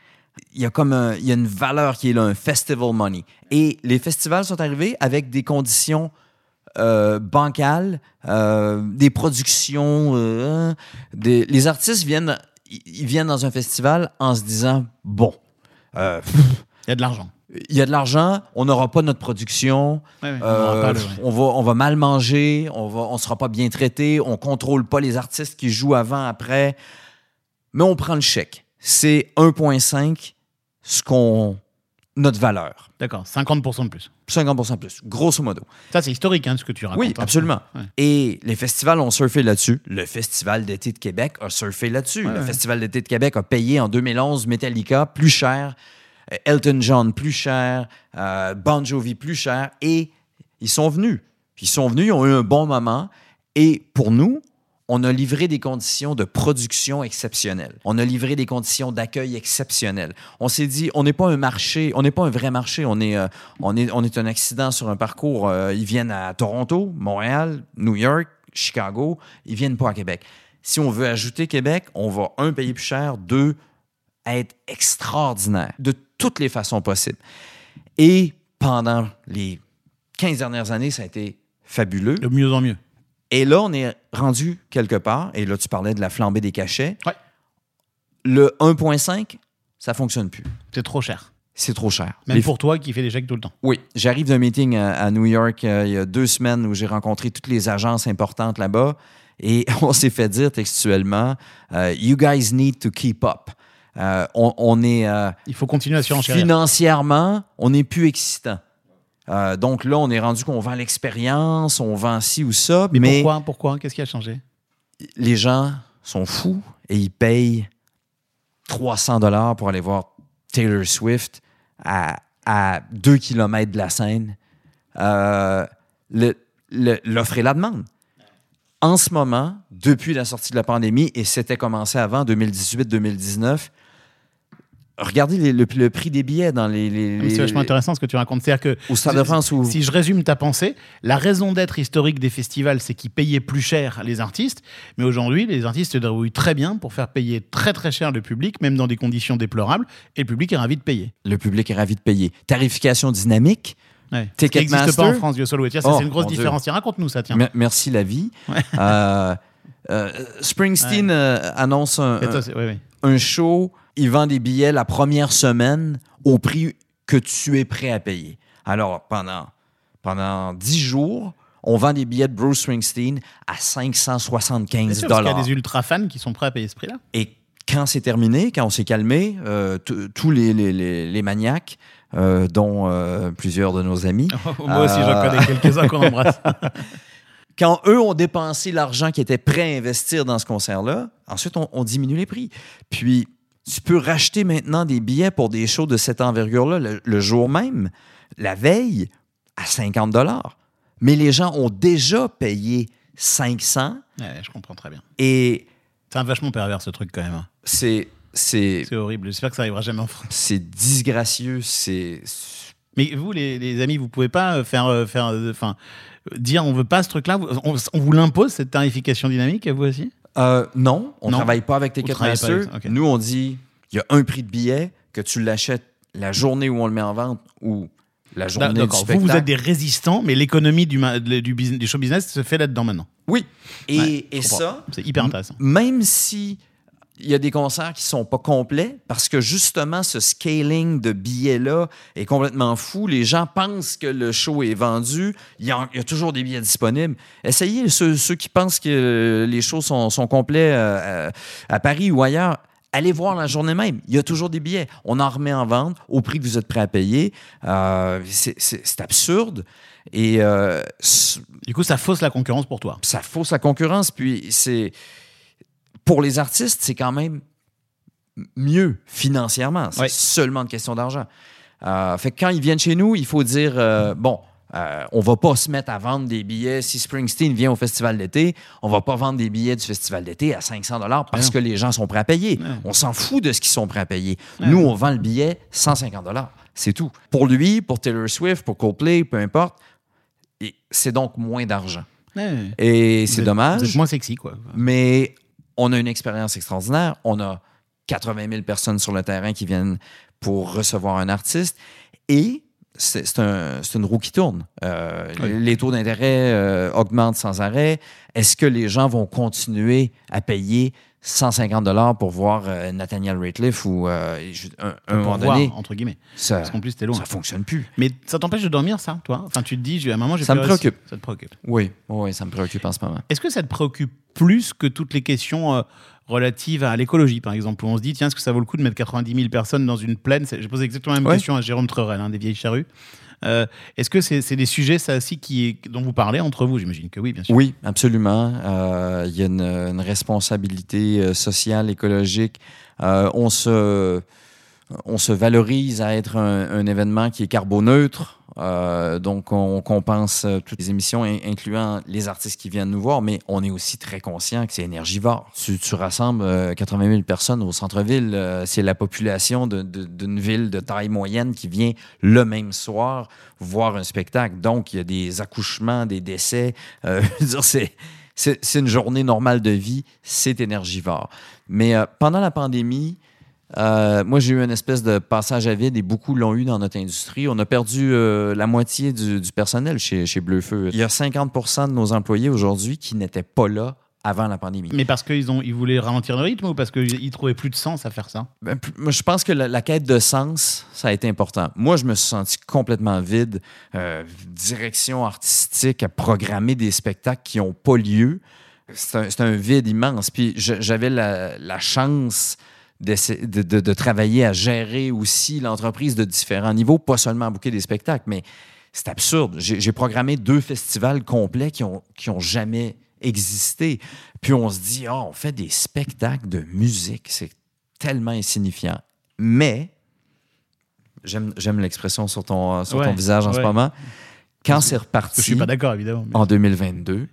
Il y a comme un, il y a une valeur qui est là, un festival money. Et les festivals sont arrivés avec des conditions... Euh, bancales, euh, des productions. Euh, des, les artistes viennent, ils viennent dans un festival en se disant bon, euh, il y a de l'argent. Il y a de l'argent, on n'aura pas notre production, ouais, ouais, euh, on, pas le, ouais. on, va, on va mal manger, on va, on sera pas bien traité, on contrôle pas les artistes qui jouent avant, après, mais on prend le chèque. C'est un virgule cinq ce qu'on notre valeur. D'accord, cinquante pour cent de plus. cinquante pour cent de plus, grosso modo. Ça, c'est historique, hein, ce que tu racontes. Oui, absolument. Ouais. Et les festivals ont surfé là-dessus. Le Festival d'été de Québec a surfé là-dessus. Ouais, le ouais. Festival d'été de Québec a payé en deux mille onze Metallica plus cher, Elton John plus cher, euh, Bon Jovi plus cher. Et ils sont venus. Puis ils sont venus, ils ont eu un bon moment. Et pour nous, on a livré des conditions de production exceptionnelles. On a livré des conditions d'accueil exceptionnelles. On s'est dit, on n'est pas un marché, on n'est pas un vrai marché. On est, euh, on est, on est un accident sur un parcours. Euh, ils viennent à Toronto, Montréal, New York, Chicago. Ils viennent pas à Québec. Si on veut ajouter Québec, on va, un, payer plus cher, deux, être extraordinaire de toutes les façons possibles. Et pendant les quinze dernières années, ça a été fabuleux. De mieux en mieux. Et là, on est rendu quelque part, et là, tu parlais de la flambée des cachets. Ouais. Le un virgule cinq, ça ne fonctionne plus. C'est trop cher. C'est trop cher. Même Les... pour toi qui fais des chèques tout le temps. Oui. J'arrive d'un meeting à, à New York euh, il y a deux semaines où j'ai rencontré toutes les agences importantes là-bas, et on s'est fait dire textuellement uh, « You guys need to keep up euh, ». On, on est... Euh, Il faut continuer à surenchérir. Financièrement, on n'est plus excitant. Euh, donc là, on est rendu qu'on vend l'expérience, on vend ci ou ça. Mais, mais pourquoi? Pourquoi? Qu'est-ce qui a changé? les gens sont fous et ils payent trois cents dollars pour aller voir Taylor Swift à, à deux kilomètres de la scène. Euh, le, le, l'offre et la demande. En ce moment, depuis la sortie de la pandémie, et c'était commencé avant, deux mille dix-huit deux mille dix-neuf, regardez les, le, le prix des billets dans les... les, les c'est vachement intéressant ce que tu racontes. C'est-à-dire que, au Stade de France où... si je résume ta pensée, la raison d'être historique des festivals, c'est qu'ils payaient plus cher les artistes, mais aujourd'hui, les artistes se débrouillent très bien pour faire payer très très cher le public, même dans des conditions déplorables, et le public est ravi de payer. Le public est ravi de payer. Tarification dynamique, Ouais. Ticketmaster... Qui n'existe pas en France, vieux Solo. Tiens, ça, Oh, c'est une grosse mon différence. Tiens, raconte-nous ça, tiens. M- merci la vie. Ouais. Euh, euh, Springsteen Ouais. euh, annonce un, Et toi, un, c'est- ouais, ouais. un show. Il vend des billets la première semaine au prix que tu es prêt à payer. Alors, pendant, pendant dix jours, on vend des billets de Bruce Springsteen à cinq cent Bien soixante-quinze sûr, parce qu'il y dollars. a des ultra fans qui sont prêts à payer ce prix-là. Et quand c'est terminé, quand on s'est calmé, euh, t- tous les, les, les, les maniaques, euh, dont euh, plusieurs de nos amis, Moi aussi, j'en Euh, connais quelques-uns qu'on embrasse. quand eux ont dépensé l'argent qu'ils étaient prêts à investir dans ce concert-là, ensuite, on, on diminue les prix. Puis, tu peux racheter maintenant des billets pour des shows de cette envergure-là le, le jour même, la veille, à cinquante dollars. Mais les gens ont déjà payé cinq cents Ouais, je comprends très bien. et C'est un vachement pervers, ce truc, quand même. hein. c'est, c'est, C'est horrible. J'espère que ça arrivera jamais en France. c'est disgracieux, c'est... Mais vous, les, les amis, vous pouvez pas faire, euh, faire, euh, enfin, euh, dire on veut pas ce truc-là. Vous- On, on vous l'impose cette tarification dynamique, vous aussi? Euh, non, on ne Non. travaille pas avec Vous travaillez pas Ticketmaster. avec ça, ok. Nous, on dit il y a un prix de billet, que tu l'achètes la journée où on le met en vente ou la journée du D'accord. Vous, spectacle. vous êtes des résistants, mais l'économie du, ma- de- du, business- du show business se fait là-dedans maintenant. Oui. Et, Ouais, et je comprends. ça, C'est hyper intéressant. même si il y a des concerts qui sont pas complets, parce que justement, ce scaling de billets-là est complètement fou. Les gens pensent que le show est vendu. Il y a, il y a toujours des billets disponibles. Essayez, ceux, ceux qui pensent que les shows sont, sont complets euh, à Paris ou ailleurs, allez voir la journée même. Il y a toujours des billets. On en remet en vente au prix que vous êtes prêt à payer. Euh, c'est, c'est- c'est absurde. Et euh, c- Du coup, ça fausse la concurrence pour toi. ça fausse la concurrence. Puis c'est pour les artistes, c'est quand même mieux financièrement. C'est Ouais. seulement une question d'argent. Euh, fait que quand ils viennent chez nous, il faut dire euh, bon, euh, on va pas se mettre à vendre des billets. Si Springsteen vient au festival d'été, on va pas vendre des billets du festival d'été à cinq cents dollars parce Ouais. que les gens sont prêts à payer. Ouais. On s'en fout de ce qu'ils sont prêts à payer. Ouais. Nous, on vend le billet cent cinquante dollars. C'est tout. Pour lui, pour Taylor Swift, pour Coldplay, peu importe. Et c'est donc moins d'argent. Ouais. Et Vous c'est êtes- dommage. Vous êtes moins sexy, quoi. Mais on a une expérience extraordinaire. On a quatre-vingt mille personnes sur le terrain qui viennent pour recevoir un artiste. Et c'est, c'est, un- c'est une roue qui tourne. Euh, Oui. Les taux d'intérêt euh, augmentent sans arrêt. Est-ce que les gens vont continuer à payer cent cinquante dollars pour voir euh, Nathaniel Rateliff ou euh, je- un, un Pour moment voir, donné? entre guillemets. Ça Parce qu'en plus, t'es loin. ça fonctionne plus. Mais ça t'empêche de dormir, ça, toi? Enfin, tu te dis, j'ai- à un moment, j'ai Ça me plus réussi. préoccupe. Ça te préoccupe. Oui, oui, ça me préoccupe en ce moment. Est-ce que ça te préoccupe plus que toutes les questions euh, relatives à l'écologie, par exemple, où on se dit, tiens, est-ce que ça vaut le coup de mettre quatre-vingt-dix mille personnes dans une plaine? C'est- J'ai posé exactement la même Ouais. question à Jérôme Treurel, hein, des Vieilles Charrues. Euh, est-ce que c'est c'est des sujets, ça aussi, qui, dont vous parlez entre vous? J'imagine que oui, bien sûr. Oui, absolument. Euh, Il y a une, une responsabilité euh, sociale, écologique. Euh, on, se, on se valorise à être un, un événement qui est carboneutre. Euh, donc, on compense euh, toutes les émissions, in- incluant les artistes qui viennent nous voir, mais on est aussi très conscient que c'est énergivore. Tu, tu rassembles euh, quatre-vingt mille personnes au centre-ville, euh, c'est la population de- de- d'une ville de taille moyenne qui vient le même soir voir un spectacle. Donc, il y a des accouchements, des décès. Euh, je veux dire, c'est, c'est, c'est une journée normale de vie, c'est énergivore. Mais euh, pendant la pandémie, euh, moi, j'ai eu une espèce de passage à vide et beaucoup l'ont eu dans notre industrie. On a perdu euh, la moitié du, du personnel chez, chez Bleu-Feu. Il y a cinquante pour cent de nos employés aujourd'hui qui n'étaient pas là avant la pandémie. Mais parce qu'ils ont, ils voulaient ralentir le rythme ou parce qu'ils trouvaient plus de sens à faire ça? Ben, plus- moi, je pense que la, la quête de sens, ça a été important. Moi, je me suis senti complètement vide. Euh, direction artistique à programmer des spectacles qui n'ont pas lieu. C'est un, c'est un vide immense. Puis je- j'avais la, la chance d'essa- de, de- de travailler à gérer aussi l'entreprise de différents niveaux, pas seulement à booker des spectacles, mais c'est absurde. J'ai, j'ai programmé deux festivals complets qui ont, qui ont jamais existé. Puis on se dit, ah, on fait des spectacles de musique. C'est tellement insignifiant. Mais, j'aime, j'aime l'expression sur ton, sur Ouais, ton visage en ouais. ce moment. Quand c'est reparti Je suis pas d'accord, évidemment. mais- en deux mille vingt-deux,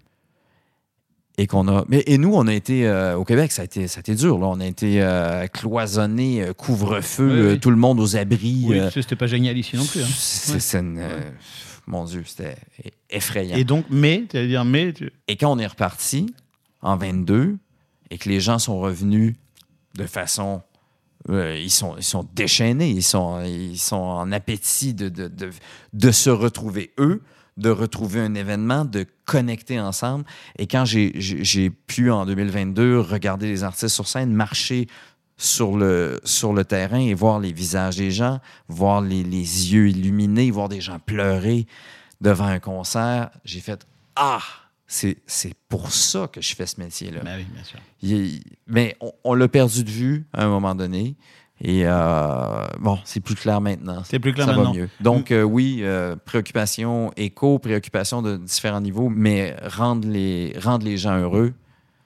et qu'on a. Mais, et nous, on a été. Euh, au Québec, ça a été, ça a été dur. Là. On a été euh, cloisonnés, euh, couvre-feu, Oui, oui. euh, tout le monde aux abris. Oui, euh, tu sais, c'était pas génial ici non plus. hein. c'est, c'est une, euh, mon Dieu, c'était effrayant. Et Et, donc, mais, tu allais dire, mais, tu- quand on est reparti en vingt-deux et que les gens sont revenus de façon. Euh, ils, sont, ils sont déchaînés, ils sont, ils sont en appétit de, de, de, de se retrouver eux, de retrouver un événement, de connecter ensemble. Et quand j'ai, j'ai, j'ai pu, en deux mille vingt-deux, regarder les artistes sur scène, marcher sur le, sur le terrain et voir les visages des gens, voir les, les yeux illuminés, voir des gens pleurer devant un concert, j'ai fait « Ah! C'est, c'est pour ça que je fais ce métier-là. » bah oui, bien sûr. Il- mais on, on l'a perdu de vue à un moment donné. Et euh, bon, c'est plus clair maintenant. C'est plus clair Ça maintenant. va mieux. Donc, euh, oui, euh, préoccupation éco, préoccupation de différents niveaux, mais rendre les, rendre les gens heureux,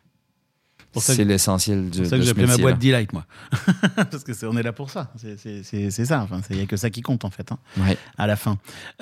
Pour ça c'est que- l'essentiel du, C'est pour ça de que ce j'ai appelé ma métier-là. boîte Delight, moi. Parce que c'est, on est là pour ça. C'est, c'est, c'est, c'est ça. Enfin, il n'y a que ça qui compte, en fait, hein, Ouais. à la fin.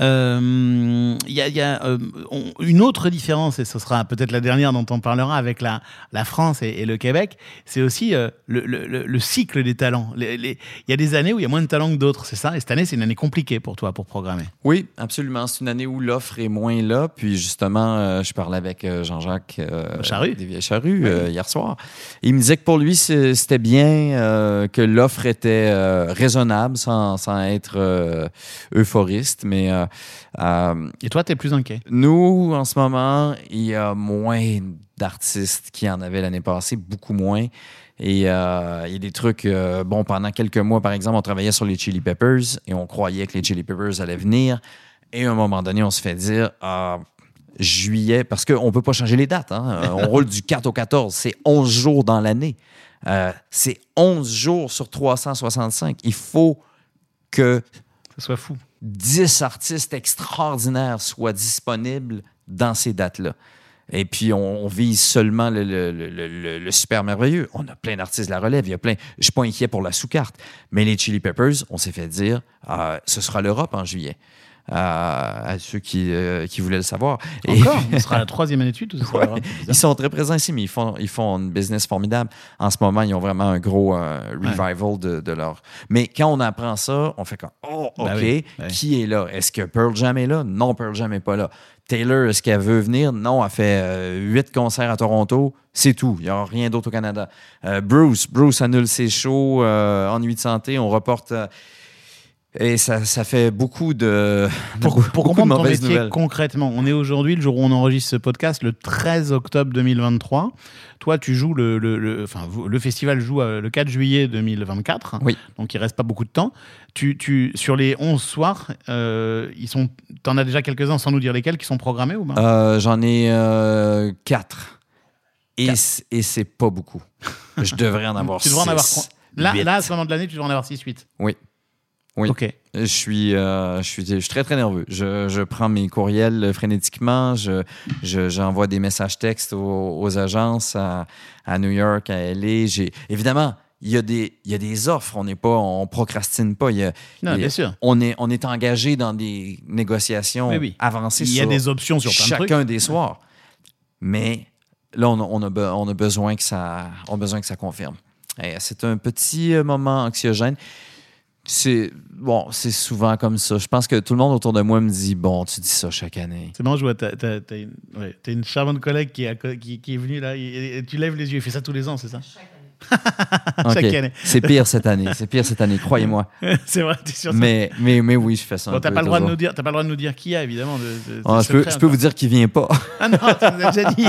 Euh, Il y a, il y a euh, on- une autre différence, et ce sera peut-être la dernière dont on parlera avec la, la France et, et le Québec, c'est aussi euh, le, le, le- le cycle des talents. Les- les- Il y a des années où il y a moins de talents que d'autres, c'est ça? Et cette année, c'est une année compliquée pour toi, pour programmer. Oui, absolument. C'est une année où l'offre est moins là. Puis justement, euh, je parlais avec euh, Jean-Jacques euh, Charrue. des Vieilles Charrues euh, hier soir. Il me disait que pour lui, c'est- c'était bien, euh, que l'offre était euh, raisonnable sans, sans être euh, euphoriste. Mais euh, euh, Et toi, tu es plus inquiet. nous, en ce moment, il y a moins d'artistes qu'il y en avait l'année passée, beaucoup moins. Et euh, il y a des trucs, euh, bon, pendant quelques mois, par exemple, on travaillait sur les Chili Peppers et on croyait que les Chili Peppers allaient venir. Et à un moment donné, on se fait dire, ah, juillet, parce qu'on ne peut pas changer les dates. Hein? Euh, on roule du quatre au quatorze, c'est onze jours dans l'année. Euh, c'est onze jours sur trois cent soixante-cinq. Il faut que Que ce soit fou. dix artistes extraordinaires soient disponibles dans ces dates-là. Et puis, on, on vise seulement le, le, le, le, le super merveilleux. On a plein d'artistes de la relève. Il y a plein. Je ne suis pas inquiet pour la sous-carte. Mais les Chili Peppers, on s'est fait dire, euh, ce sera l'Europe en juillet. Euh, à ceux qui, euh, qui voulaient le savoir. Et- Encore? Ce sera la troisième année de suite ou ce sera Ouais. l'Europe? Ils sont très présents ici, mais ils font, ils font une business formidable. En ce moment, ils ont vraiment un gros euh, revival de, de leur... Mais quand on apprend ça, on fait comme « Oh, OK, Ben oui, ben oui. qui est là? Est-ce que Pearl Jam est là? Non, Pearl Jam n'est pas là. Taylor, est-ce qu'elle veut venir? Non, elle fait euh, huit concerts à Toronto. C'est tout. Il n'y aura rien d'autre au Canada. Euh, Bruce, Bruce annule ses shows, euh, ennui de santé, on reporte... euh, et ça, ça fait beaucoup de, Pour, beaucoup pour de comprendre ton mauvaises métier nouvelles. concrètement, on est aujourd'hui, le jour où on enregistre ce podcast, le treize octobre deux mille vingt-trois. Toi, tu joues le, le, le- enfin, vous- le festival joue euh, le quatre juillet deux mille vingt-quatre. Oui. Donc, il reste pas beaucoup de temps. Tu, tu, sur les onze soirs, euh, ils sont, t'en as déjà quelques-uns, sans nous dire lesquels, qui sont programmés ou pas? Euh, j'en ai euh, quatre. Et, c- et c'est pas beaucoup. Je devrais en avoir Tu devrais en avoir six, quoi Là, huit. là, à ce moment de l'année, tu devrais en avoir six huit. Oui. Oui. Ok. Je suis, euh, je suis, je suis très, très nerveux. Je, je prends mes courriels frénétiquement. Je, je- j'envoie des messages textes aux, aux agences à, à New York, à L A. J'ai, évidemment, il y a des, il y a des offres. On n'est pas, on procrastine pas. Il y a, Non, il y a- bien sûr. On est, on est engagé dans des négociations Oui, oui. avancées Il y a sur des options sur plein de chacun trucs. des soirs. Mais là, on a, on a, be- on a besoin que ça, on a besoin que ça confirme. Et c'est un petit euh, moment anxiogène. C'est bon, c'est souvent comme ça. Je pense que tout le monde autour de moi me dit bon, tu dis ça chaque année. C'est marrant, je vois, t'as, t'as- t'as une, ouais, t'as une charmante collègue qui, est à co- qui, qui est venue là, et, et tu lèves les yeux, il fait ça tous les ans, c'est ça? Chaque Ok. année. C'est pire cette année. C'est pire cette année, croyez-moi. C'est vrai, t'es sûr? ça Mais, mais, mais oui, je fais ça. Bon, un t'as peu pas le droit de toujours. nous dire, t'as pas le droit de nous dire qui y a, évidemment. De, de- de Ah, je peux, secret je peux encore. vous dire qu'il vient pas. Ah non, tu nous as déjà dit.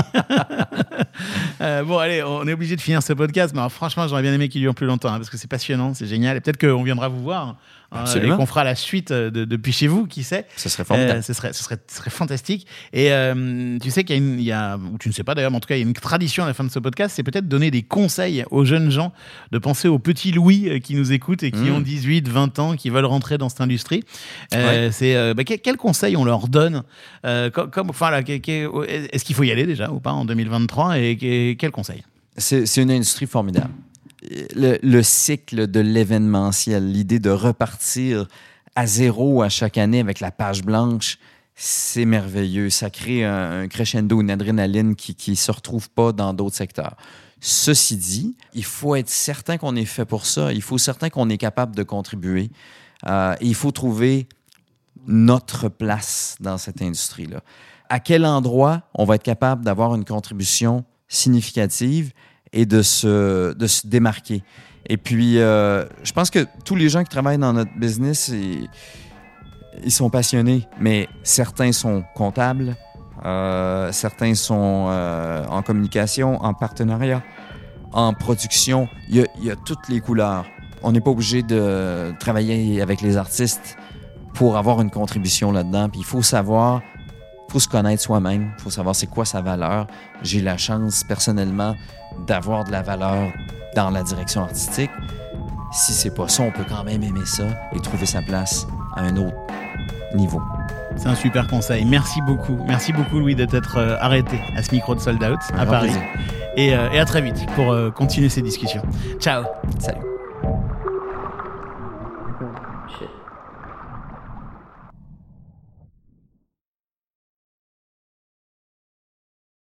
Euh, bon, allez, on est obligé de finir ce podcast, mais alors, franchement, j'aurais bien aimé qu'il dure plus longtemps, hein, parce que c'est passionnant, c'est génial, et peut-être qu'on viendra vous voir Absolument. et qu'on fera la suite de, depuis chez vous, qui sait. Ce serait formidable. Euh, ce, serait, ce, serait, ce serait fantastique. Et euh, tu sais qu'il y a, une, il y a, ou tu ne sais pas d'ailleurs, mais en tout cas, il y a une tradition à la fin de ce podcast, c'est peut-être donner des conseils aux jeunes gens, de penser aux petits Louis qui nous écoutent et qui mmh. ont dix-huit, vingt ans, qui veulent rentrer dans cette industrie. Euh, ouais. C'est, euh, bah, quel, quel conseil on leur donne euh, comme, comme, enfin, là, est-ce qu'il faut y aller déjà ou pas en deux mille vingt-trois et, et quel conseil? C'est, c'est une industrie formidable. Le, le cycle de l'événementiel, l'idée de repartir à zéro à chaque année avec la page blanche, c'est merveilleux. Ça crée un, un crescendo, une adrénaline qui ne se retrouve pas dans d'autres secteurs. Ceci dit, il faut être certain qu'on est fait pour ça. Il faut être certain qu'on est capable de contribuer. Euh, et il faut trouver notre place dans cette industrie-là. À quel endroit on va être capable d'avoir une contribution significative et de se, de se démarquer. Et puis, euh, je pense que tous les gens qui travaillent dans notre business, ils, ils sont passionnés, mais certains sont comptables, euh, certains sont euh, en communication, en partenariat, en production. Il y a, il y a toutes les couleurs. On n'est pas obligé de travailler avec les artistes pour avoir une contribution là-dedans. Puis il faut savoir... Il faut se connaître soi-même, il faut savoir c'est quoi sa valeur. J'ai la chance, personnellement, d'avoir de la valeur dans la direction artistique. Si c'est pas ça, on peut quand même aimer ça et trouver sa place à un autre niveau. C'est un super conseil. Merci beaucoup. Merci beaucoup, Louis, de t'être euh, arrêté à ce micro de Sold Out à Paris. Et, euh, et à très vite pour euh, continuer ces discussions. Ciao. Salut. Shit.